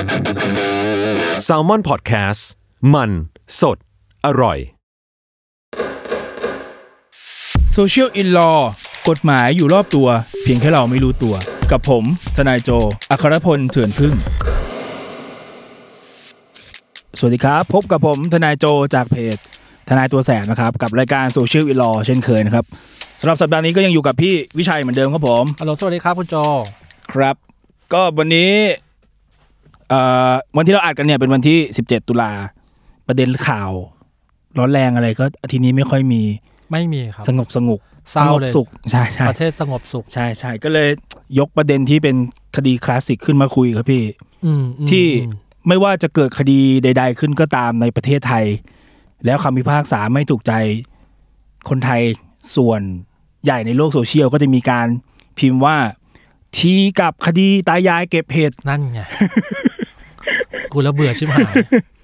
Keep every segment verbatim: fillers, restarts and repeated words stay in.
Salmon Podcast มันสดอร่อย Social in Law กฎหมายอยู่รอบตัวเพียงแค่เราไม่รู้ตัวกับผมทนายโจอัครพลเถื่อนพึ่งสวัสดีครับพบกับผมทนายโจจากเพจทนายตัวแสบนะครับกับรายการ Social in Law เช่นเคยนะครับสำหรับสัปดาห์นี้ก็ยังอยู่กับพี่วิชัยเหมือนเดิมครับผมฮัลโหลสวัสดีครับคุณโจครับก็วันนี้เอ่อวันที่เราอัดกันเนี่ยเป็นวันที่สิบเจ็ดตุลาประเด็นข่าวร้อนแรงอะไรก็อาทิตย์นี้ไม่ค่อยมีไม่มีครับสงบสงบสงบสุขใช่ๆประเทศสงบสุขใช่ๆก็เลยยกประเด็นที่เป็นคดีคลาสสิกขึ้นมาคุยครับพี่ที่ไม่ว่าจะเกิดคดีใดๆขึ้นก็ตามในประเทศไทยแล้วคำพิพากษาไม่ถูกใจคนไทยส่วนใหญ่ในโลกโซเชียลก็จะมีการพิมพ์ว่าทีกับคดีตายายเก็บเห็ดนั่นไง กูแล้วเบื่อชิบหาย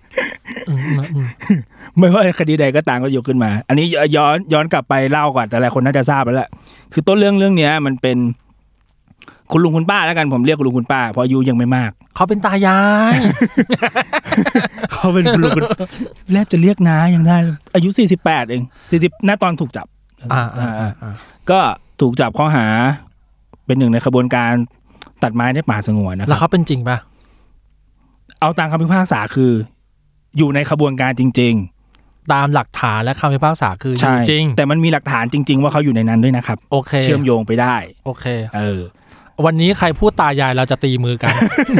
ไม่ว่าคดีใดก็ตามก็ยกขึ้นมาอันนี้ย้อนย้อนกลับไปเล่าก่อนแต่หลายคนน่าจะทราบแล้วแหละคือต้นเรื่องเรื่องนี้มันเป็นคุณลุงคุณป้าแล้วกันผมเรียกคุณลุงคุณป้าเพราะอายุยังไม่มากเขาเป็นตายายเขาเป็นคุณลุงคุณแทบจะเรียกน้ายังได้อายุสี่สิบแปดเองสี่สิบณตอนถูกจับอ่าๆก็ถูกจับข้อหาเป็นหนึ่งในขบวนการตัดไม้ในป่าสงวนนะครับแล้วเขาเป็นจริงป่ะเอาตามคำพิพากษาคืออยู่ในขบวนการจริงๆตามหลักฐานและคำพิพากษาคืออยู่จริงแต่มันมีหลักฐานจริงๆว่าเขาอยู่ในนั้นด้วยนะครับโอเคเชื่อมโยงไปได้โอเคเออวันนี้ใครพูดตายายเราจะตีมือกัน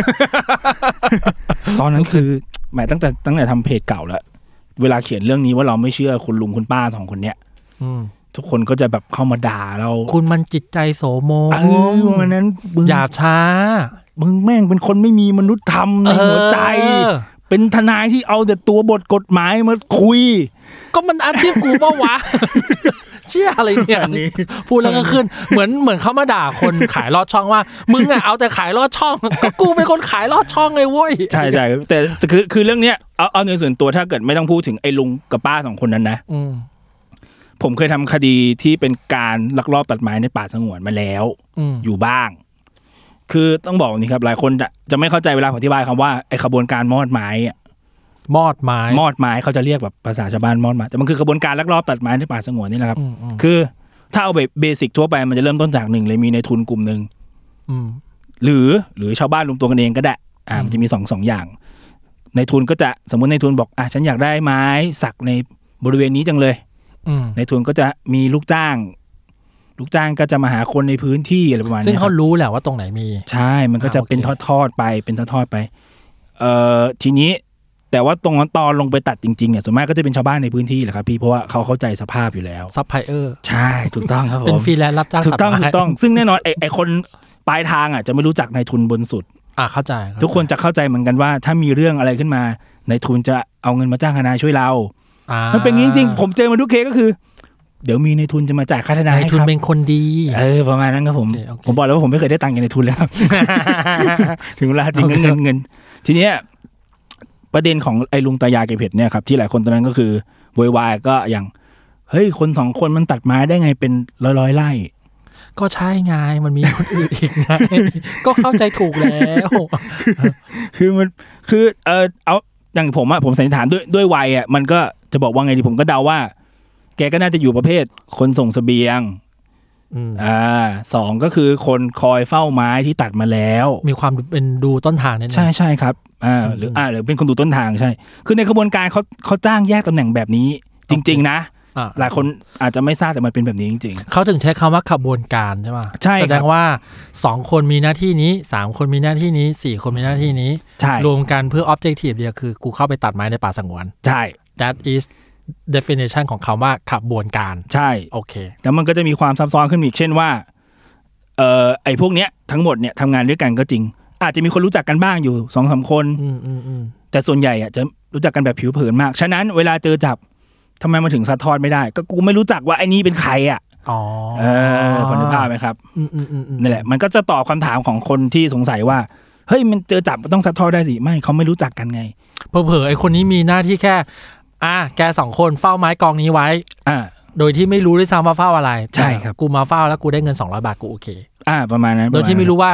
ตอนนั้นคือหมายตั้งแต่ตั้งแต่ทำเพจเก่าแล้วเวลาเขียนเรื่องนี้ว่าเราไม่เชื่อคุณลุงคุณป้าสองคนเนี้ยทุกคนก็จะแบบเข้ามาด่าเราคุณมันจิตใจโสโมมเออวันนั้นหยาบช้ามึงแม่งเป็นคนไม่มีมนุษยธรรมในหัวใจเป็นทนายที่เอาแต่ตัวบทกฎหมายมาคุยก็มันอาชีพกูป่ะวะ เชี่ยอะไรเนี่ยพูดแล้วก็ขึ้นเหมือนเหมือนเขามาด่าคนขายลอดช่องว่ามึงอ่ะเอาแต่ขายลอดช่องก็กูเป็นคนขายลอดช่องไงเว้ยใช่ใช่แต่คือคือเรื่องเนี้ยเอาเอาในส่วนตัวถ้าเกิดไม่ต้องพูดถึงไอ้ลุงกับป้าสองคนนั้นนะผมเคยทำคดีที่เป็นการลักลอบตัดไม้ในป่าสงวนมาแล้วอยู่บ้างคือต้องบอกนี่ครับหลายคนจะไม่เข้าใจเวลาอธิบายคำว่าไอ้ขบวนการมอดไม้อะมอดไม้มอดไม้เขาจะเรียกแบบภาษาชาวบ้านมอดไม้แต่มันคือกระบวนการลักลอบตัดไม้ในป่าสงวนนี่แหละครับคือถ้าเอาแบบเบสิกทั่วไปมันจะเริ่มต้นจากหนึ่งเลยมีในทุนกลุ่มนึงหรือหรือชาวบ้านรวมตัวกันเองก็ได้อ่ามันจะมีสองสองอย่างในทุนก็จะสมมติในทุนบอกอ่ะฉันอยากได้ไม้สักในบริเวณนี้จังเลยในทุนก็จะมีลูกจ้างลูกจ้างก็จะมาหาคนในพื้นที่อะไรประมาณนี้ซึ่งเขารู้แหละว่าตรงไหนมีใช่มันก็จะเป็นทอดๆไปเป็นทอดๆไปเอ่อทีนี้แต่ว่าตรงตอนลงไปตัดจริงๆเนี่ยส่วนมากก็จะเป็นชาวบ้านในพื้นที่แหละครับพี่เพราะว่าเขาเข้าใจสภาพอยู่แล้วซัพพลายเออร์ใช่ถูกต้องครับผมเป็นฟรีแลนซ์รับจ้างตัดไม้ถูกต้องถูกต้องซึ่งแน่นอนไอ้ไอ้คนปลายทางอ่ะจะไม่รู้จักนายทุนบนสุดอ่ะเข้าใจทุกคนจะเข้าใจเหมือนกันว่าถ้ามีเรื่องอะไรขึ้นมานายทุนจะเอาเงินมาจ้างทนายช่วยเรามันเป็นจริงๆผมเจอมาทุกเคสก็คือเดี๋ยวมีนายทุนจะมาจ่ายค่าทนายให้ครับนายทุนเป็นคนดีเออประมาณนั้นครับผมผมบอกแล้วว่าผมไม่เคยได้ตังค์จากนายทุนเลยครับ ถึงเวลาจริงก็เงินเงินทีเนี้ยประเด็นของไอ้ลุงตายายเก็บเห็ดเนี่ยครับที่หลายคนตอนนั้นก็คือโวยวายก็อย่างเฮ้ยคนสองคนมันตัดไม้ได้ไงเป็นร้อยๆไร่ก็ใช่ไงมันมีคนอื่นอีกไงก็เข้าใจถูกแล้วคือมันคือเออเอาอย่างผมอะผมสันนิษฐานด้วยด้วยวัยอะมันก็จะบอกว่าไงดีผมก็เดาว่าแกก็น่าจะอยู่ประเภทคนส่งเสบียงอ่าสองก็คือคนคอยเฝ้าไม้ที่ตัดมาแล้วมีความเป็นดูต้นทางเนี่ยใช่ใช่ครับอ่าหรืออ่าหรือเป็นคนดูต้นทางใช่คือในขบวนการเขาเขาจ้างแยกตำแหน่งแบบนี้จริงๆนะหลายคนอาจจะไม่ทราบแต่มันเป็นแบบนี้จริงๆเขาถึงใช้คำว่าขบวนการใช่ป่ะใช่แสดงว่าสองคนมีหน้าที่นี้สามคนมีหน้าที่นี้สี่คนมีหน้าที่นี้รวมกันเพื่อ objective เดียวคือกูเข้าไปตัดไม้ในป่าสงวนใช่ that is definition ของคำว่าขบวนการใช่โอเคแต่มันก็จะมีความซับซ้อนขึ้นอีกเช่นว่าเอ่อไอ้พวกเนี้ยทั้งหมดเนี่ยทำงานด้วยกันก็จริงอาจจะมีคนรู้จักกันบ้างอยู่ สองสาม คนแต่ส่วนใหญ่อ่ะจะรู้จักกันแบบผิวเผินมากฉะนั้นเวลาเจอจับทำไมมาถึงซัดทอดไม่ได้ก็กูไม่รู้จักว่าไอ้นี้เป็นใครอ่ะอ๋อเออพอนึกภาพไหมครับนี่แหละมันก็จะตอบคำถามของคนที่สงสัยว่าเฮ้ยมันเจอจับมันต้องซัดทอดได้สิไม่เขาไม่รู้จักกันไงเผลอๆไอ้คนนี้มีหน้าที่แค่อ่ะแกสองคนเฝ้าไม้กองนี้ไว้อ่าโดยที่ไม่รู้ด้วยซ้ำว่าเฝ้าอะไรใช่ครับกูมาเฝ้าแล้วกูได้เงินสองร้อยบาทกูโอเคอ่าประมาณนั้นโดยที่ไม่รู้ว่า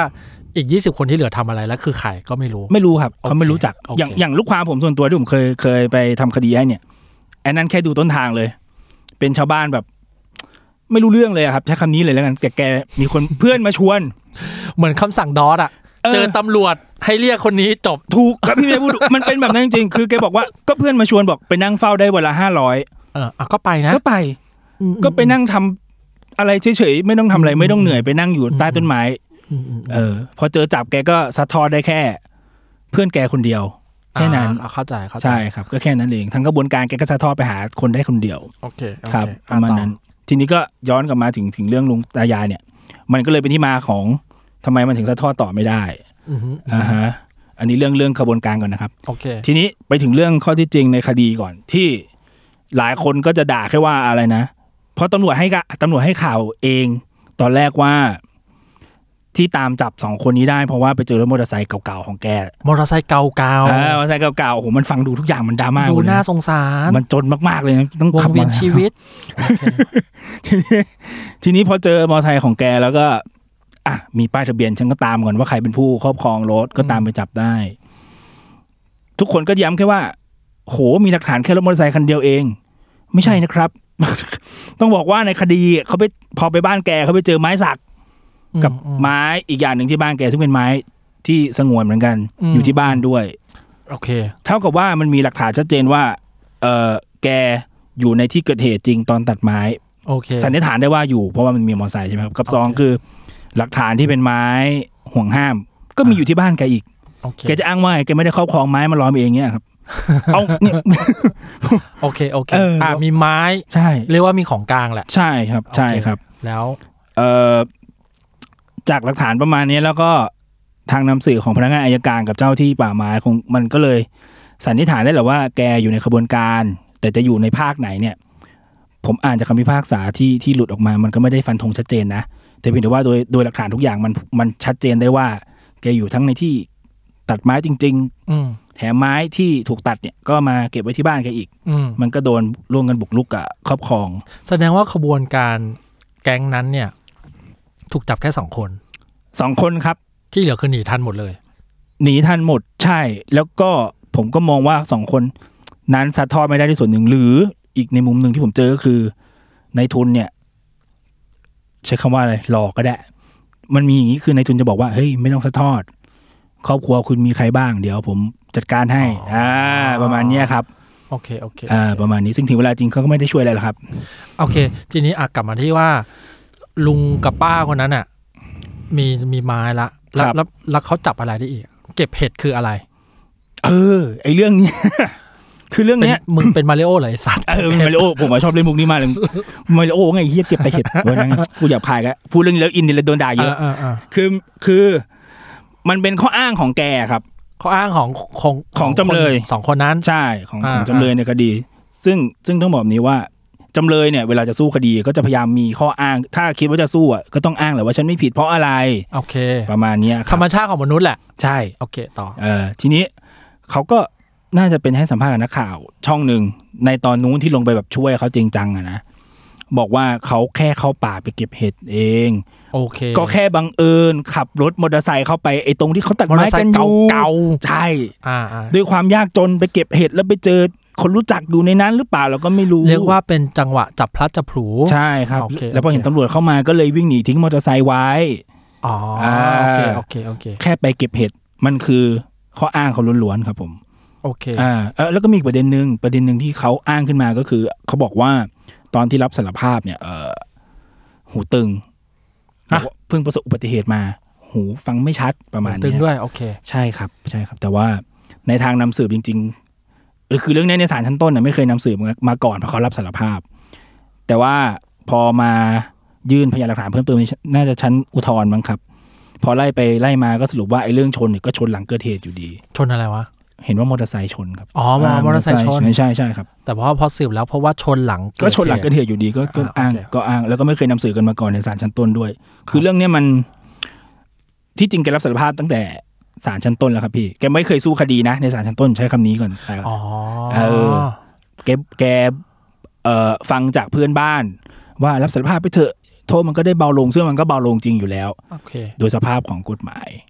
อีกยี่สิบคนที่เหลือทำอะไรแล้วคือใครก็ไม่รู้ไม่รู้ครับเขาไม่รู้จัก okay. อย่างอย่างลูกความผมส่วนตัวที่ผมเคยเคยไปทำคดีให้เนี่ยไอ้นั่นแค่ดูต้นทางเลยเป็นชาวบ้านแบบไม่รู้เรื่องเลยครับใช้คำนี้เลยแล้วกันแต่แกมีคนเพื่อนมาชวนเหมือนคำสั่งดอสอ่ะเจอตำรวจให้เรียกคนนี้จบถูกครับพี่ไม่พูดมันเป็นแบบนั้นจริงๆคือแกบอกว่าก็เพื่อนมาชวนบอกไปนั่งเฝ้าได้วันละห้าร้อยเออก็ไปนะก็ไปก็ไปนั่งทำอะไรเฉยๆไม่ต้องทำอะไรไม่ต้องเหนื่อยไปนั่งอยู่ใต้ต้นไม้เออพอเจอจับแกก็ซัดทอดได้แค่เพื่อนแกคนเดียวแค่นั้นเข้าใจเข้าใจใช่ครับก็แค่นั้นเองทั้งกระบวนการแกก็ซัดทอดไปหาคนได้คนเดียวโอเคครับประมาณนั้นทีนี้ก็ย้อนกลับมาถึงถึงเรื่องลุงตายายเนี่ยมันก็เลยเป็นที่มาของทำไมมันถึงซัดทอดต่อไม่ได้อ่าฮะอันนี้เรื่องเรื่องกระบวนการก่อนนะครับโอเคทีนี้ไปถึงเรื่องข้อที่จริงในคดีก่อนที่หลายคนก็จะด่าแค่ว่าอะไรนะเพราะตำรวจให้ตำรวจให้ข่าวเองตอนแรกว่าที่ตามจับสองคนนี้ได้เพราะว่าไปเจอรถมอเตอร์ไซค์เก่าๆของแกมอเตอร์ไซค์เก่าๆเออมอเตอร์ไซค์เก่าๆโอ้โหมันฟังดูทุกอย่างมันดราม่าดูน่าสงสารมันจนมากๆเลยนะต้องขับมาชีวิตทีนี้ทีนี้พอเจอมอเตอร์ไซค์ของแกแล้วก็อ่ะมีป้ายทะเบียนฉันก็ตามก่อนว่าใครเป็นผู้ครอบครองรถก็ตามไปจับได้ทุกคนก็ย้ำแค่ว่าโหมีหลักฐานแค่รถมอเตอร์ไซค์คันเดียวเองไม่ใช่นะครับ ต้องบอกว่าในคดีเขาไปพอไปบ้านแกเขาไปเจอไม้สักกับไม้อีกอย่างหนึ่งที่บ้านแกซึ่งเป็นไม้ที่สงวนเหมือนกันอยู่ที่บ้านด้วยโอเคเท่ากับว่ามันมีหลักฐานชัดเจนว่าเออแกอยู่ในที่เกิดเหตุจริงตอนตัดไม้โอเคสันนิษฐานได้ว่าอยู่เพราะว่ามันมีมอเตอร์ไซค์ใช่ไหมครับกับสองคือหลักฐานที่เป็นไม้ห่วงห้ามก็มีอยู่ที่บ้านแกอีกแกจะอ้างว่าแกไม่ได้ครอบครองไม้มาล้อมเองเนี่ยครับเอาเนี่ยโอเคโอเคอ่ามีไม้ใช่เรียกว่ามีของกลางแหละใช่ครับใช่ครับแล้วเอ่อจากหลักฐานประมาณนี้แล้วก็ทางนำสืบของพนักงานอัยการกับเจ้าที่ป่าไม้คงมันก็เลยสันนิษฐานได้แหละว่าแกอยู่ในขบวนการแต่จะอยู่ในภาคไหนเนี่ยผมอ่านจากคำพิพากษาที่ที่หลุดออกมามันก็ไม่ได้ฟันธงชัดเจนนะแต่เพียงแต่ว่าโดยโดยหลักฐานทุกอย่างมันมันชัดเจนได้ว่าแกอยู่ทั้งในที่ตัดไม้จริงๆแถมไม้ที่ถูกตัดเนี่ยก็มาเก็บไว้ที่บ้านแกอีกมันก็โดนร่วมกันบุกรุกกับครอบครองแสดงว่าขบวนการแก๊งนั้นเนี่ยถูกจับแค่สองคนสองคนครับที่เหลือคือหนีทันหมดเลยหนีทันหมดใช่แล้วก็ผมก็มองว่าสองคนนั้นซัดทอดไม่ได้ที่ส่วนหนึ่งหรืออีกในมุมหนึ่งที่ผมเจอก็คือในทุนเนี่ยใช้คำว่าอะไรหลอกก็ได้มันมีอย่างนี้คือในทุนจะบอกว่าเฮ้ยไม่ต้องซัดทอดครอบครัวคุณมีใครบ้างเดี๋ยวผมจัดการให้อ่าประมาณนี้ครับโอเคโอเคอ่าประมาณนี้ซึ่งถึงเวลาจริงเขาก็ไม่ได้ช่วยอะไรหรอกครับโอเคทีนี้อ่ะกลับมาที่ว่าลุงกับป้าคนนั้นอ่ะมีมีไม้ละแล้วแล้วแล้วเขาจับอะไรได้อีกเก็บเห็ดคืออะไรเออไอเรื่องนี้คือเรื่องเนี้ยมึงเป็นมาริโอเหรอไอ้สัตว์เออเป็นมาริโอผมชอบเล่นมุกนี้มากเลยมาริโอไงเฮียเก็บแต่เห็ดวันนั้นกูอยากพายกันพูดเรื่องนี้แล้วอินเลยโดนด่าเยอะคือคือมันเป็นข้ออ้างของแกครับข้ออ้างของของของจำเลยสองคนนั้นใช่ของของจำเลยในคดีซึ่งซึ่งต้องบอกนี้ว่าจำเลยเนี่ยเวลาจะสู้คดีก็จะพยายามมีข้ออ้างถ้าคิดว่าจะสู้อ่ะก็ต้องอ้างแหละว่าฉันไม่ผิดเพราะอะไรโอเคประมาณนี้ธรรมชาติของมนุษย์แหละใช่โอเคต่อเออทีนี้เขาก็น่าจะเป็นให้สัมภาษณ์กับนักข่าวช่องนึงในตอนนู้นที่ลงไปแบบช่วยเขาจริงจังอะนะบอกว่าเขาแค่เข้าป่าไปเก็บเห็ดเองโอเคก็แค่บังเอิญขับรถมอเตอร์ไซค์เข้าไปไอ้ตรงที่เขาตัดไม้กันอยู่เก่าใช่ด้วยความยากจนไปเก็บเห็ดแล้วไปเจอคนรู้จักอยู่ในนั้นหรือเปล่าเราก็ไม่รู้เรียกว่าเป็นจังหวะจับพลัดจับผลูใช่ครับแล้วพอเห็นตำรวจเข้ามาก็เลยวิ่งหนีทิ้งมอเตอร์ไซค์ไว้อ๋อโอเคโอเคโอเคแค่ไปเก็บเห็ดมันคือข้ออ้างเขาล้วนๆครับผมโอเคอ่าเออแล้วก็มีอีกประเด็นนึงประเด็นนึงที่เขาอ้างขึ้นมาก็คือเขาบอกว่าตอนที่รับสารภาพเนี่ยเออหูตึงเพิ่งประสบอุบัติเหตุมาหูฟังไม่ชัดประมาณนี้ตึงด้วยโอเคใช่ครับใช่ครับแต่ว่าในทางนำสืบจริงๆหรือคือเรื่องนี้ในศาลชั้นต้นเนี่ยไม่เคยนำสืบมาก่อนเพราะเขารับสารภาพแต่ว่าพอมายื่นพยานหลักฐานเพิ่มเติมน่าจะชั้นอุทธรณ์มั้งครับพอไล่ไปไล่มาก็สรุปว่าไอ้เรื่องชนเนี่ยก็ชนหลังเกิดเหตุอยู่ดีชนอะไรวะเห็นว่ามอเตอร์ไซค์ชนครับอ๋อมอเตอร์ไซค์ชนใช่ใช่ครับแต่ว่าพอสืบแล้วเพราะว่าชนหลังก็ชนหลังเกิดเหตุอยู่ดีก็ก็อ้างก็อ้างแล้วก็ไม่เคยนำสืบกันมาก่อนในศาลชั้นต้นด้วยคือเรื่องนี้มันที่จริงแกรับสารภาพตั้งแต่ศาลชั้นต้นแล้วครับพี่แกไม่เคยสู้คดีนะในศาลชั้นต้นใช้คำนี้ก่อนอ๋อเออแกแกเอ่อฟังจากเพื่อนบ้านว่ารับสารภาพไปเถอะโทษมันก็ได้เบาลงซึ่งมันก็เบาลงจริงอยู่แล้วโอเคโดยสภาพของกฎหมาย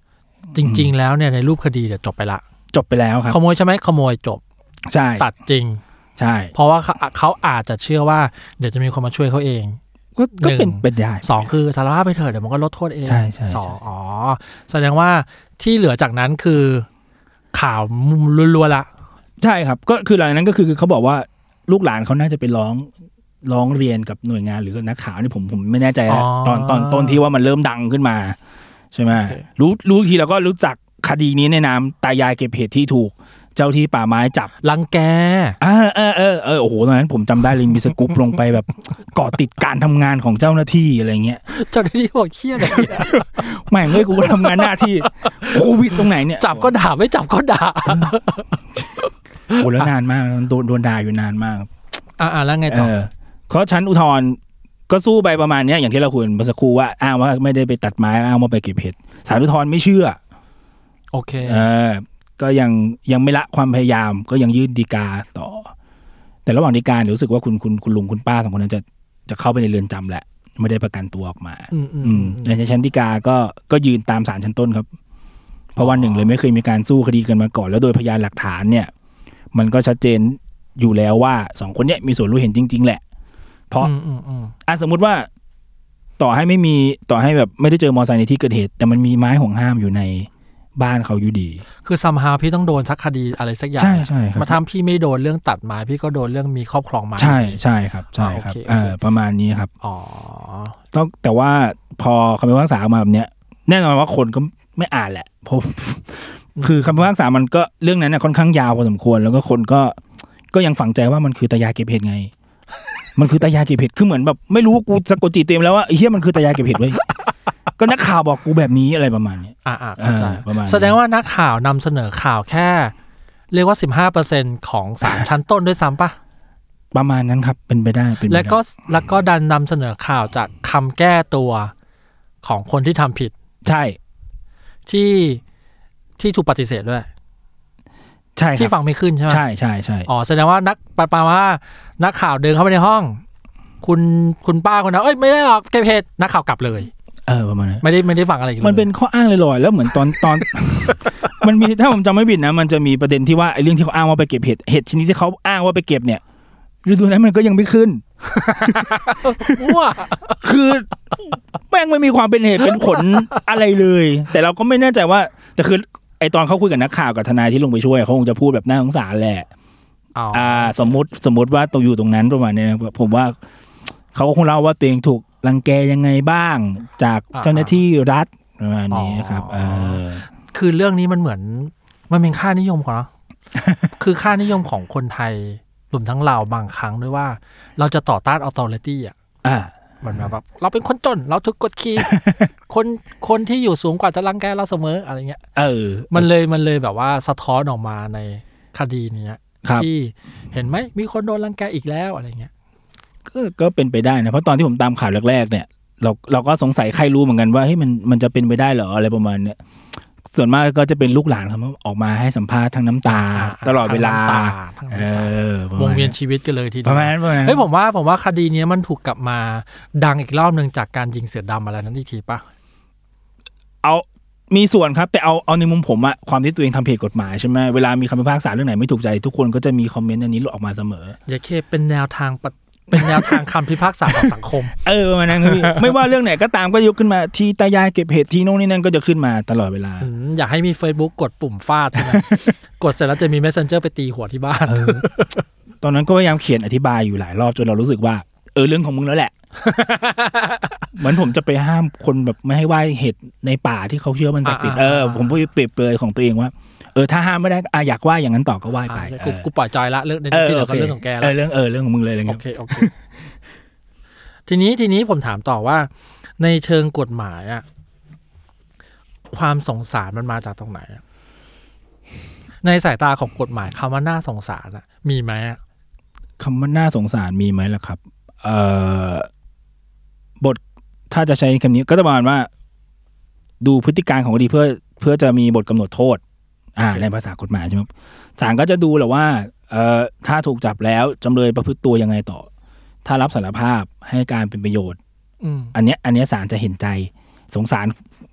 จริงๆแล้วเนี่ยในรูปคดีเนี่ยจบไปละจบไปแล้วครับขโมยใช่ไหมขโมยจบใช่ตัดจริงใช่เพราะว่าเขาเขาอาจจะเชื่อว่าเดี๋ยวจะมีคนมาช่วยเขาเองก็เป็นเป็นได้สองคือสารภาพไปเถอะเดี๋ยวมันก็ลดโทษเองใช่ใช่สองอ๋อแสดงว่าที่เหลือจากนั้นคือข่าวล้วนๆละใช่ครับก็คือหลังจากนั้นก็คือเขาบอกว่าลูกหลานเขาน่าจะไปร้องร้องเรียนกับหน่วยงานหรือนักข่าวนี่ผมผมไม่แน่ใจนะตอนตอนต้นที่ว่ามันเริ่มดังขึ้นมาใช่ไหมรู้รู้ทีแล้วก็รู้จักคดีนี้ในนามตายายเก็บเห็ดที่ถูกเจ้าที่ป่าไม้จับรังแกเออเออเออเออโอ้โหตอนนั้นผมจำได้เลยมีสกู๊ปลงไปแบบเกาะติดการทำงานของเจ้าหน้าที่อะไรเงี้ยเจ้าหน้าที่บอกเครียดอะไรแม่งเลยกูก็ทำงานหน้าที่โควิดตรงไหนเนี่ยจับก็ด่าไม่จับก็ด่าโอ้แล้วนานมากโดนโดนด่าอยู่นานมากอ่าแล้วไงต่อเพราะชั้นอุทธรณ์ก็สู้ไปประมาณนี้อย่างที่เราคุยเมื่อสักครู่ว่าอ้างว่าไม่ได้ไปตัดไม้อ้างว่าไปเก็บเห็ดศาลอุทธรณ์ไม่เชื่อโอเคเออก็ยังยังไม่ละความพยายามก็ยังยื่นฎีกาต่อแต่ระหว่างฎีการู้สึกว่าคุณคุณคุณลุงคุณป้าสองคนนั้นจะจะเข้าไปในเรือนจำแหละไม่ได้ประกันตัวออกมาอืมในชั้นฎีกาก็ก็ยืนตามศาลชั้นต้นครับเพราะว่าหนึ่งเลยไม่เคยมีการสู้คดีกันมาก่อนแล้วโดยพยานหลักฐานเนี่ยมันก็ชัดเจนอยู่แล้วว่าสองคนเนี้ยมีส่วนรู้เห็นจริงๆแหละเพราะอ่ะสมมุติว่าต่อให้ไม่มีต่อให้แบบไม่ได้เจอมอไซค์ในที่เกิดเหตุแต่มันมีไม้ห่วงห้ามอยู่ในบ้านเขาอยู่ดีคือซัมฮาวพี่ต้องโดนสักคดีอะไรสักอย่างใช่ใช่ครับมาทำพี่ไม่โดนเรื่องตัดไม้พี่ก็โดนเรื่องมีครอบครองไม้ใช่ใช่ครับใช่ครับเออประมาณนี้ครับอ๋อต้องแต่ว่าพอคำพิพากษาออกมาแบบเนี้ยแน่นอนว่าคนก็ไม่อ่านแหละเพราะคือคำพิพากษามันก็เรื่องนั้นเนี่ยค่อนข้างยาวพอสมควรแล้วก็คนก็ก็ยังฝังใจว่ามันคือตายายเก็บเห็ดไงมันคือตายายเก็บเห็ดคือเหมือนแบบไม่รู้ว่ากูสะกดจิตเต็มแล้วว่าไอ้เหี้ยมันคือตายายเก็บเห็ดเว้ยก็นักข่าวบอกกูแบบนี้อะไรประมาณนี้อ่าๆเข้าใจแสดงว่านักข่าวนำเสนอข่าวแค่เรียกว่า สิบห้าเปอร์เซ็นต์ ของศาลชั้นต้นด้วยซ้ำป่ะประมาณนั้นครับเป็นไปได้เป็นไปได้แล้วก็แล้วก็ดันนำเสนอข่าวจากคำแก้ตัวของคนที่ทำผิดใช่ที่ที่ถูกปฏิเสธด้วยใช่ที่ฟังไม่ขึ้นใช่ไหมใช่ใช่ใช่อ๋อแสดงว่านักปาปาว่านักข่าวเดินเข้าไปในห้องคุณคุณป้าคนนั้นเอ้ยไม่ได้หรอกเก็บเห็ดนักข่าวกลับเลยเออประมาณนั้นไม่ได้ไม่ได้ฟังอะไรเลยมันเป็นข้ออ้างลอยๆแล้วเหมือนตอนตอน มันมีถ้าผมจำไม่ผิดนะมันจะมีประเด็นที่ว่าไอ้เรื่องที่เขาอ้างว่าไปเก็บเห็ดเห็ดชนิดที่เขาอ้างว่าไปเก็บเนี่ยฤดูนั้นมันก็ยังไม่ขึ้นว้าคือแม่งไม่มีความเป็นเหตุเป็นผลอะไรเลยแต่เราก็ไม่แน่ใจว่าแต่คือไอตอนเขาคุยกับนักข่าวกับทนายที่ลงไปช่วยเขาคงจะพูดแบบน่าสงสารแหละอ่าสมมติสมมติว่าตัวอยู่ตรงนั้นประมาณนี้นะผมว่าเขาก็คงเล่าว่าตัวเองถูกรังแกยังไงบ้างจากเจ้าหน้าที่รัฐประมาณนี้ครับเออคือเรื่องนี้มันเหมือนมันเป็นค่านิยมของเนาะ คือค่านิยมของคนไทยรวมทั้งเราบางครั้งด้วยว่าเราจะต่อต้าน authority อ่ะอ่ามันแบบเราเป็นคนจนเราถูกกดขี่ คนคนที่อยู่สูงกว่าจะรังแกเราเสมออะไรเงี้ยเออมันเลยมันเลยแบบว่าสะท้อนออกมาในคดีนี้ที่เห็นไหมมีคนโดนรังแกอีกแล้วอะไรเงี้ยก็ก็เป็นไปได้นะเพราะตอนที่ผมตามข่าวแรกๆเนี่ยเราเราก็สงสัยใครรู้เหมือนกันว่าเฮ้ยมันมันจะเป็นไปได้เหรออะไรประมาณเนี้ยส่วนมากก็จะเป็นลูกหลานครับออกมาให้สัมภาษณ์ทั้งน้ำตาตลอดเวลาเออวงเวียนชีวิตกันเลยทีเดียวประมาณนั้นเฮ้ยผมว่าผมว่าคดีนี้มันถูกกลับมาดังอีกรอบนึงจากการยิงเสือดำอะไรนั้นอีกทีป่ะเอามีส่วนครับแต่เอาเอาในมุมผมอะความที่ตัวเองทำผิดกฎหมายใช่ไหมเวลามีคำพิพากษาเรื่องไหนไม่ถูกใจทุกคนก็จะมีคอมเมนต์อันนี้หลุดออกมาเสมออย่าเคเป็นแนวทางเป็นแนวทางคำพิพากษาของสังคมเออประมาณนั้นพี่ไม่ว่าเรื่องไหนก็ตามก็ยกขึ้นมาที่ตายายเก็บเห็ดที่โน่นนี่นั่นก็จะขึ้นมาตลอดเวลาอยากให้มี Facebook กดปุ่มฟาดนะกดเสร็จแล้วจะมี Messenger ไปตีหัวที่บ้านตอนนั้นก็พยายามเขียนอธิบายอยู่หลายรอบจนเรารู้สึกว่าเออเรื่องของมึงแล้วแหละเหมือนผมจะไปห้ามคนแบบไม่ให้ไหว้เห็ดในป่าที่เขาเชื่อมันศักดิ์สิทธิ์เออผมพูดเปรียบเปรยของตัวเองว่าเออถ้าห้ามไม่ได้อ่ะอยากไหว้อย่างนั้นต่อก็ไหว้ไปกูกูปล่อยใจละเรื่องในที่เหลือก็เรื่องของแกละเออเรื่องเออเรื่องของมึงเลยอะไรเงี้ยโอเคโอเคทีนี้ทีนี้ผมถามต่อว่าในเชิงกฎหมายอะความสงสารมันมาจากตรงไหนในสายตาของกฎหมายคำว่าน่าสงสารอะมีไหมคำว่าน่าสงสารมีไหมล่ะครับเอ่อบทถ้าจะใช้คำนี้ก็จะประมาณว่าดูพฤติการของคดีเพื่อเพื่อจะมีบทกำหนดโทษอ่าในภาษากฎหมายใช่ไหมศาลก็จะดูแหละว่าเอ่อถ้าถูกจับแล้วจำเลยประพฤติตัวยังไงต่อถ้ารับสารภาพให้การเป็นประโยชน์อันเนี้ยอันเนี้ยศาลจะเห็นใจสงสาร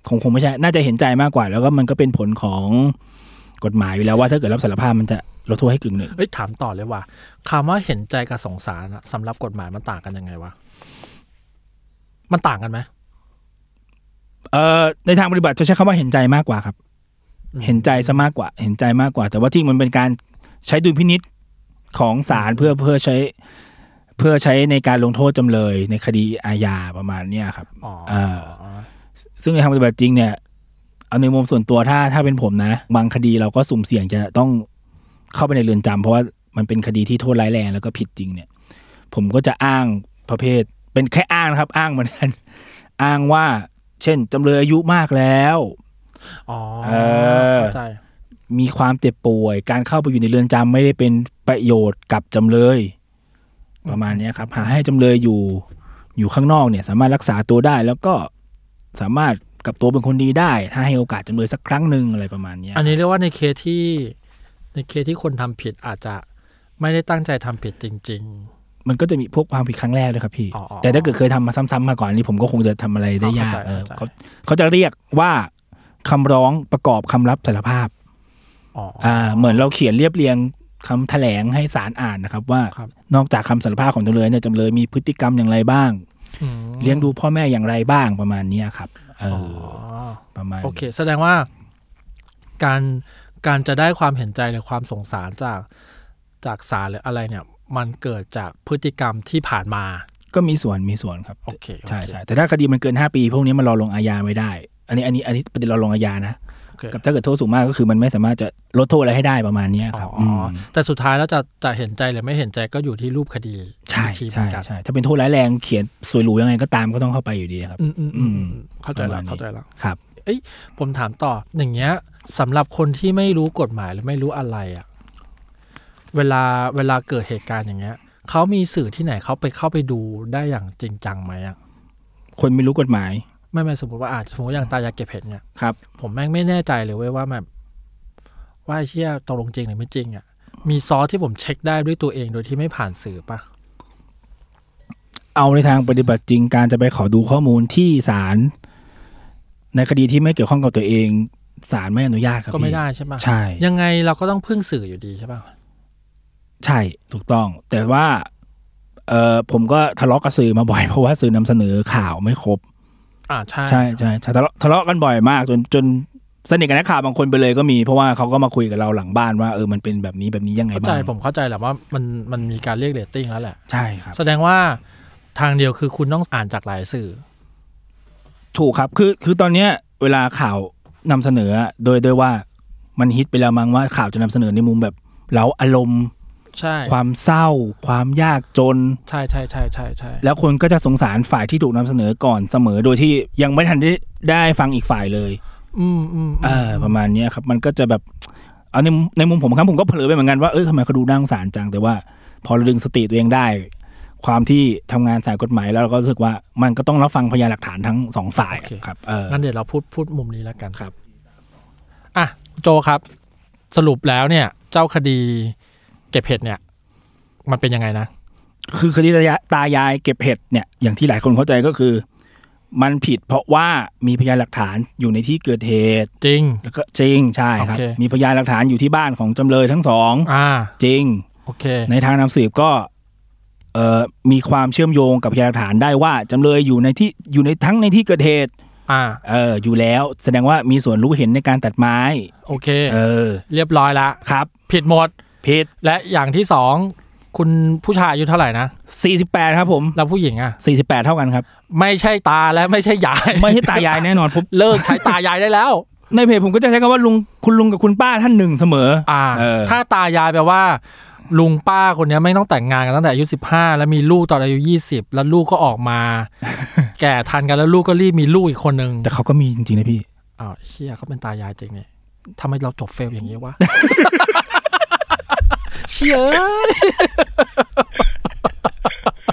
คงคงไม่ใช่น่าจะเห็นใจมากกว่าแล้วก็มันก็เป็นผลของกฎหมายอยู่แล้วว่าถ้าเกิดรับสารภาพมันจะลดโทษให้กึ่งหนึ่งเอ้ยถามต่อเลยว่าคำว่าเห็นใจกับสงสารสำหรับกฎหมายมันต่างกันยังไงวะมันต่างกันไหมเอ่อในทางปฏิบัติจะใช้คำว่าเห็นใจมากกว่าครับเห็นใจซะมากกว่าเห็นใจมากกว่าแต่ว่าที่มันเป็นการใช้ดุลพินิจของศาลเพื่อเพื่อใช้เพื่อใช้ในการลงโทษจำเลยในคดีอาญาประมาณนี้ครับอ๋อซึ่งในทางปฏิบัติจริงเนี่ยเอาในมุมส่วนตัวถ้าถ้าเป็นผมนะบางคดีเราก็สุ่มเสี่ยงจะต้องเข้าไปในเรือนจำเพราะว่ามันเป็นคดีที่โทษร้ายแรงแล้วก็ผิดจริงเนี่ยผมก็จะอ้างประเภทเป็นแค่อ้างนะครับอ้างเหมือนกันอ้างว่าเช่นจำเลยอายุมากแล้วอ๋อเข้าใจมีความเจ็บป่วยการเข้าไปอยู่ในเรือนจำไม่ได้เป็นประโยชน์กับจำเลยประมาณนี้ครับหาให้จำเลยอยู่อยู่ข้างนอกเนี่ยสามารถรักษาตัวได้แล้วก็สามารถกลับตัวเป็นคนดีได้ถ้าให้โอกาสจำเลยสักครั้งหนึ่งอะไรประมาณนี้อันนี้เรียกว่าในเคสที่ในเคสที่คนทำผิดอาจจะไม่ได้ตั้งใจทำผิดจริงๆมันก็จะมีพวกความผิดครั้งแรกด้วยครับพี่แต่ถ้าเกิดเคยทำมาซ้ำๆมาก่อนนี้ผมก็คงจะทำอะไรได้ยากเขาเขาจะเรียกว่าคำร้องประกอบคำรับสารภาพอ่าเหมือนเราเขียนเรียบเรียงคำแถลงให้ศาลอ่านนะครับว่านอกจากคำสารภาพของจำเลยเนี่ยจำเลยมีพฤติกรรมอย่างไรบ้างเลี้ยงดูพ่อแม่อย่างไรบ้างประมาณนี้ครับเออประมาณโอเคแสดงว่าการการจะได้ความเห็นใจหรือความสงสารจากจากศาลหรืออะไรเนี่ยมันเกิดจากพฤติกรรมที่ผ่านมาก็มีส่วนมีส่วนครับโอเคใช่ใช่แต่ถ้าคดีมันเกินห้าปีพวกนี้มันรอลงอาญาไม่ได้อันนี้อันนี้อันนี้ประเด็นรอลงอาญานะกับถ้าเกิดโทษสูงมากก็คือมันไม่สามารถจะลดโทษอะไรให้ได้ประมาณนี้ครับอ๋อแต่สุดท้ายแล้วจะจะเห็นใจหรือไม่เห็นใจก็อยู่ที่รูปคดีใช่ใช่ใช่ถ้าเป็นโทษร้ายแรงเขียนสวยหรูยังไงก็ตามก็ต้องเข้าไปอยู่ดีครับอืมอืมอืมเข้าใจแล้วเข้าใจแล้วครับเอ้ยผมถามต่ออย่างเงี้ยสำหรับคนที่ไม่รู้กฎหมายหรือไม่รู้อะไรอ่ะเวลาเวลาเกิดเหตุการณ์อย่างเงี้ยเขามีสื่อที่ไหนเขาไปเข้าไปดูได้อย่างจริงจังไหมอ่ะคนไม่รู้กฎหมายไม่ไม่สมมติว่าอาจสมมติอย่างตายาเก็บเห็ดเนี่ยครับผมแม่งไม่แน่ใจเลยเว้ยว่าแบบว่าไอ้เชี่ยตกลงจริงหรือไม่จริงอ่ะมีซอสที่ผมเช็คได้ด้วยตัวเองโดยที่ไม่ผ่านสื่อปะเอาในทางปฏิบัติจริงการจะไปขอดูข้อมูลที่ศาลในคดีที่ไม่เกี่ยวข้องกับตัวเองศาลไม่อนุญาตครับก็ไม่ได้ใช่ปะใช่ยังไงเราก็ต้องพึ่งสื่ออยู่ดีใช่ปะใช่ถูกต้องแต่ว่าเออผมก็ทะเลาะกับสื่อมาบ่อยเพราะว่าสื่อนำเสนอข่าวไม่ครบอ่าใช่ใช่ใช่ทะเลาะทะเลาะกันบ่อยมากจนจนสนิทกับนักข่าวบางคนไปเลยก็มีเพราะว่าเขาก็มาคุยกับเราหลังบ้านว่าเออมันเป็นแบบนี้แบบนี้ยังไงบ้างเข้าใจผมเข้าใจแหละว่ามันมันมีการเรียกเรตติ้งแล้วแหละใช่ครับแสดงว่าทางเดียวคือคุณต้องอ่านจากหลายสื่อถูกครับคือคือตอนเนี้ยเวลาข่าวนำเสนอโดยโดยว่ามันฮิตไปแล้วมั้งว่าข่าวจะนำเสนอในมุมแบบเร้าอารมณ์ใช่ความเศร้าความยากจนใช่ใช่ใช่ใช่ใช่แล้วคนก็จะสงสารฝ่ายที่ถูกนำเสนอก่อนเสมอโดยที่ยังไม่ทันได้ได้ฟังอีกฝ่ายเลยอืมอืมเออประมาณนี้ครับมันก็จะแบบเอาในในมุมผมครับผมก็เผลอไปเหมือนกันว่าเออทำไมเขาดูน่าสงสารจังแต่ว่าพอเราดึงสติตัวเองได้ความที่ทำงานสายกฎหมายแล้วเราก็รู้สึกว่ามันก็ต้องรับฟังพยานหลักฐานทั้งสองฝ่ายครับเอองั้นเดี๋ยวเราพูดพูดมุมนี้แล้วกันครับอ่ะโจครับสรุปแล้วเนี่ยเจ้าคดีเก็บเห็ดเนี่ยมันเป็นยังไงนะคือคดีตายายเก็บเห็ดเนี่ยอย่างที่หลายคนเข้าใจก็คือมันผิดเพราะว่ามีพยานหลักฐานอยู่ในที่เกิดเหตุจริงแล้วก็จริงใช่ครับมีพยานหลักฐานอยู่ที่บ้านของจำเลยทั้งสองอ่าจริงโอเคในทางนำสืบก็เอ่อมีความเชื่อมโยงกับพยานหลักฐานได้ว่าจำเลยอยู่ในที่อยู่ในทั้งในที่เกิดเหตุอ่าเอออยู่แล้วแสดงว่ามีส่วนรู้เห็นในการตัดไม้โอเคเออเรียบร้อยละครับผิดหมดผิดและอย่างที่สองคุณผู้ชายอายุเท่าไหร่นะสี่สิบแปดครับผมแล้วผู้หญิงอ่ะสี่สิบแปดเท่ากันครับไม่ใช่ตาและไม่ใช่ยายไม่ใช่ตายายแน่นอนผมเลิกใช้ตายายได้แล้วในเพจผมก็จะใช้คำว่าลุงคุณลุงกับคุณป้าท่านหนึ่งเสมออ่าถ้าตายายแปลว่าลุงป้าคนนี้ไม่ต้องแต่งงานกันตั้งแต่อายุสิบห้าแล้วมีลูกตอนอายุยี่สิบแล้วลูกก็ออกมาแก่ทันกันแล้วลูกก็รีบมีลูกอีกคนนึงแต่เขาก็มีจริงๆนะพี่อ้าวเชี่ยเขาเป็นตายายจริงเนี่ยทำไมเราจบเฟลอย่างนี้วะเชี่ยโอ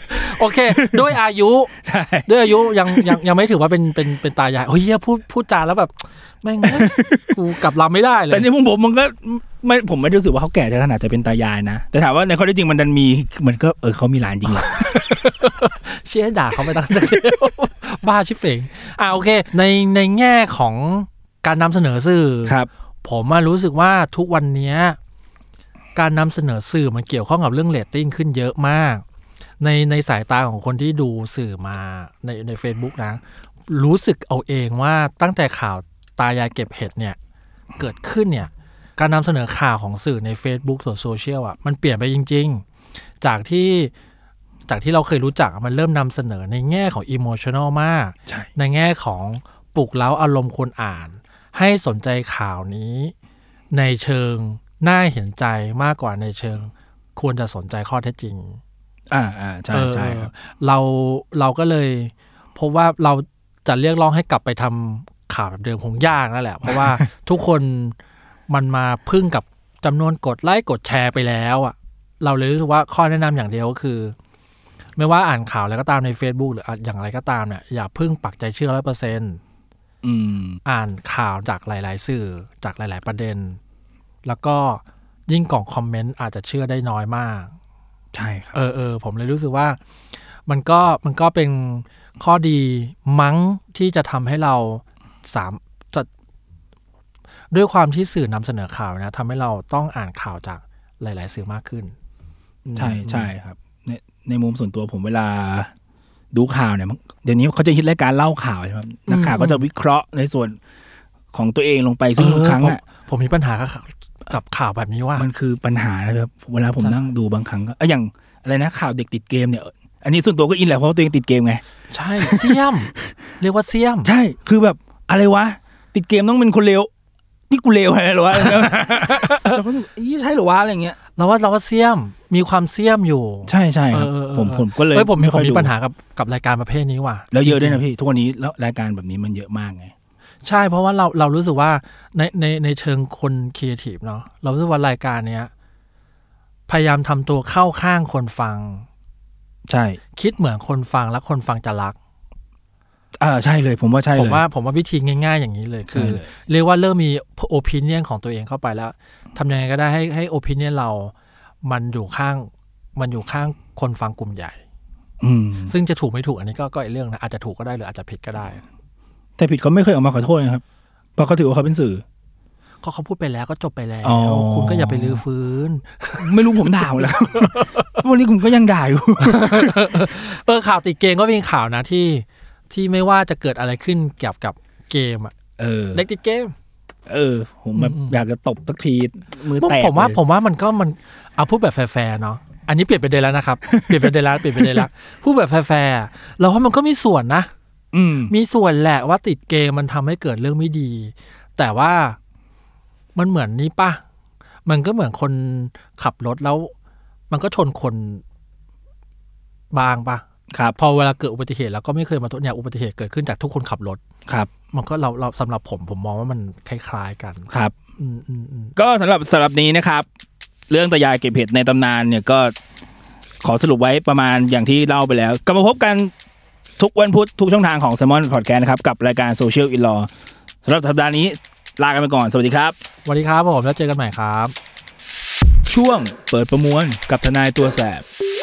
โอเคด้วยอายุใช่ด้วยอายุยังยังยังไม่ถือว่าเป็นเป็นเป็นตายายโอ้ยเหี้ยพูดพูดจาแล้วแบบแม่งกูกลับลำไม่ได้เลยแต่ในมุมผมมันก็ไม่ผมไม่รู้สึกว่าเขาแก่จะขนาดจะเป็นตายายนะแต่ถามว่าในข้อเท็จจริงมันดันมีเหมือนก็เออเขามีหลานจริงเหรอเชี่ยด่าเขาไปตั้งแต่เดียวบ้าชิบเฝงอ่ะโอเคในในแง่ของการนำเสนอสื่อครับผมมารู้สึกว่าทุกวันนี้การนำเสนอสื่อมันเกี่ยวข้องกับเรื่องเรตติ้งขึ้นเยอะมากในในสายตาของคนที่ดูสื่อมาในใน Facebook นะรู้สึกเอาเองว่าตั้งแต่ข่าวตายายเก็บเห็ดเนี่ยเกิดขึ้นเนี่ยการนำเสนอข่าวของสื่อใน Facebook ส่วนโซเชียลอ่ะมันเปลี่ยนไปจริงๆจากที่จากที่เราเคยรู้จักมันเริ่มนำเสนอในแง่ของอิโมชัน a ลมากใ, ในแง่ของปลุกเร้าอารมณ์คนอ่านให้สนใจข่าวนี้ในเชิงน่าเห็นใจมากกว่าในเชิงควรจะสนใจข้อเท็จจริงอ่าอ่าใช่ใช่ครับเราเราก็เลยพบว่าเราจะเรียกร้องให้กลับไปทำข่าวแบบเดิมคงยากนั่นแหละเพราะว่าทุกคนมันมาพึ่งกับจำนวนกดไลค์กดแชร์ไปแล้วอ่ะเราเลยรู้สึกว่าข้อแนะนำอย่างเดียวก็คือไม่ว่าอ่านข่าวอะไรก็ตามใน Facebook หรืออย่างไรก็ตามเนี่ยอย่าพึ่งปักใจเชื่อ ร้อยเปอร์เซ็นต์อืมอ่านข่าวจากหลายๆสื่อจากหลายๆประเด็นแล้วก็ยิ่งกล่องคอมเมนต์อาจจะเชื่อได้น้อยมากใช่ครับเออเออผมเลยรู้สึกว่ามันก็มันก็เป็นข้อดีมั้งที่จะทำให้เราสามจะด้วยความที่สื่อนำเสนอข่าวนะทำให้เราต้องอ่านข่าวจากหลายๆสื่อมากขึ้นใช่ใช่ครับในในมุมส่วนตัวผมเวลาดูข่าวเนี่ยเดี๋ยวนี้เขาจะฮิตรายการเล่าข่าวใช่ไหมนักข่าวก็จะวิเคราะห์ในส่วนของตัวเองลงไปซึ่งทุกครั้งอ่ะผมมีปัญหากับข่าวแบบนี้ว่ามันคือปัญหานะครับเวลาผมนั่งดูบางครั้งก็อย่างอะไรนะข่าวเด็กติดเกมเนี่ยอันนี้ส่วนตัวก็อินแหละเพราะตัวเองติดเกมไงใช่เสี่ยมเรียกว่าเสี่ยมใช่คือแบบอะไรวะติดเกมต้องเป็นคนเลวนี่กูเลวอะไรหรอวะเราก็รู้สึกอีใช่หรอวะอะไรเงี้ยเราว่าเราว่าเสี่ยมมีความเสี่ยมอยู่ใช่ใช่ครับผมผมก็เลยผมผมมีปัญหากับกับรายการประเภทนี้ว่ะแล้วเยอะด้วยนะพี่ทุกวันนี้แล้วรายการแบบนี้มันเยอะมากไงใช่เพราะว่าเราเรารู้สึกว่าในในในเชิงคนครีเอทีฟเนาะเรารู้สึกว่ารายการเนี้ยพยายามทำตัวเข้าข้างคนฟังใช่คิดเหมือนคนฟังแล้วคนฟังจะรักอ่าใช่เลยผมว่าใช่เลยผมว่าผมว่าวิธีง่ายๆอย่างนี้เลยคือเรียกว่าเริ่มมีโอปิเนียนของตัวเองเข้าไปแล้วทำยังไงก็ได้ให้ให้โอปิเนียนเรามันอยู่ข้างมันอยู่ข้างคนฟังกลุ่มใหญ่ซึ่งจะถูกไม่ถูกอันนี้ก็ก็อีกเรื่องนะอาจจะถูกก็ได้หรืออาจจะผิดก็ได้แต่ผิดเขาไม่เคยออกมาขอโทษนะครับเพราะเขาถือว่าเขาเป็นสื่อเขาเขาพูดไปแล้วก็จบไปแล้วคุณก็อย่าไปลื้อฟื้นไม่รู้ผมด่าแล้ววันนี้คุณก็ยังด่าอยู่เออข่าวติดเกมก็มีข่าวนะที่ที่ไม่ว่าจะเกิดอะไรขึ้นเกี่ยวกับเกมอ่ะเออเด็กติดเกมเออผมแบบอยากจะตบสักทีมือแตกผมว่าผมว่ามันก็มันเอาพูดแบบแฟร์ๆเนาะอันนี้เปลี่ยนประเด็นแล้วนะครับเปลี่ยนประเด็นแล้วเปลี่ยนประเด็นแล้วพูดแบบแฟร์ๆเราว่ามันก็มีส่วนนะมีส่วนแหละว่าติดเกมมันทำให้เกิดเรื่องไม่ดีแต่ว่ามันเหมือนนี้ป่ะมันก็เหมือนคนขับรถแล้วมันก็ชนคนบางป่ะครับพอเวลาเกิดอุบัติเหตุแล้วก็ไม่เคยมาตัวเนี่ยอุบัติเหตุเกิดขึ้นจากทุกคนขับรถครับมันก็เราเราสำหรับผมผมมองว่ามันคล้ายๆกันครับก็สำหรับสำหรับนี้นะครับเรื่องตายายเก็บเห็ดในตำนานเนี่ยก็ขอสรุปไว้ประมาณอย่างที่เล่าไปแล้วกลับมาพบกันทุกวันพุธทุกช่องทางของ Salmon Podcast นะครับกับรายการ Social In Law สำหรับสัปดาห์นี้ลากันไปก่อนสวัสดีครับสวัสดีครับผมแล้วเจอกันใหม่ครับช่วงเปิดประมวลกับทนายตัวแสบ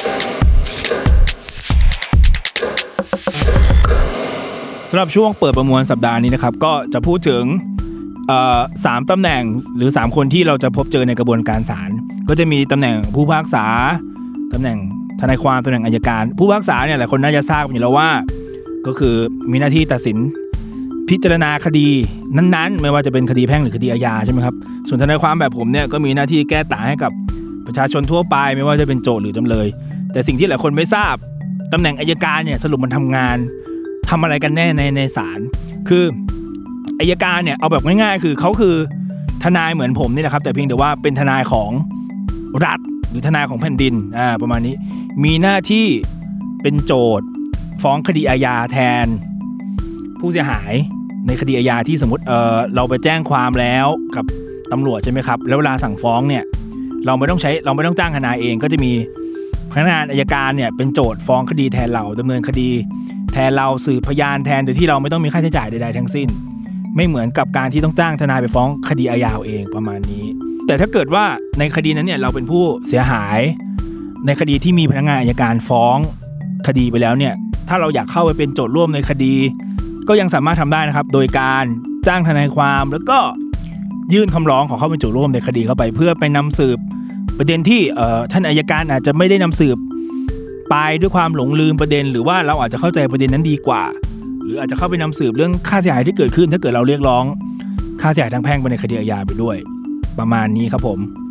สำหรับช่วงเปิดประมวลสัปดาห์นี้นะครับก็จะพูดถึงเอ่อสามตำแหน่งหรือสามคนที่เราจะพบเจอในกระบวนการศาลก็จะมีตำแหน่งผู้พิพากษาตำแหน่งทนายความตำแหน่งอัยการผู้พิพากษาเนี่ยหลายคนน่าจะทราบอยู่แล้วว่าก็คือมีหน้าที่ตัดสินพิจารณาคดีนั้นๆไม่ว่าจะเป็นคดีแพ่งหรือคดีอาญาใช่ไหมครับส่วนทนายความแบบผมเนี่ยก็มีหน้าที่แก้ต่างให้กับประชาชนทั่วไปไม่ว่าจะเป็นโจทก์หรือจำเลยแต่สิ่งที่หลายคนไม่ทราบตำแหน่งอัยการเนี่ยสรุปมันทำงานทำอะไรกันแน่ในในศาลคืออัยการเนี่ยเอาแบบง่ายๆคือเขาคือทนายเหมือนผมนี่แหละครับแต่เพียงแต่ว่าเป็นทนายของรัฐหรือทนายของแผ่นดินอ่าประมาณนี้มีหน้าที่เป็นโจทก์ฟ้องคดีอาญาแทนผู้เสียหายในคดีอาญาที่สมมติเออเราไปแจ้งความแล้วกับตำรวจใช่ไหมครับแล้วเวลาสั่งฟ้องเนี่ยเราไม่ต้องใช้เราไม่ต้องจ้างทนายเองก็จะมีพนักงานอัยการเนี่ยเป็นโจทย์ฟ้องคดีแทนเราดำเนินคดีแทนเราสืบพยานแทนโดยที่เราไม่ต้องมีค่าใช้จ่ายใดๆทั้งสิ้นไม่เหมือนกับการที่ต้องจ้างทนายไปฟ้องคดีอาญาเองประมาณนี้แต่ถ้าเกิดว่าในคดีนั้นเนี่ยเราเป็นผู้เสียหายในคดีที่มีพนักงานอัยการฟ้องคดีไปแล้วเนี่ยถ้าเราอยากเข้าไปเป็นโจทย์ร่วมในคดีก็ยังสามารถทำได้นะครับโดยการจ้างทนายความแล้วก็ยื่นคำร้องขอเข้าเป็นโจทย์ร่วมในคดีเข้าไปเพื่อไปนำสืบประเด็นที่เอ่อท่านอัยการอาจจะไม่ได้นำสืบไปด้วยความหลงลืมประเด็นหรือว่าเราอาจจะเข้าใจประเด็นนั้นดีกว่าหรืออาจจะเข้าไปนำสืบเรื่องค่าเสียหายที่เกิดขึ้นถ้าเกิดเราเรียกร้องค่าเสียหายทางแพ่งไปในคดีอาญาไปด้วยประมาณนี้ครับผม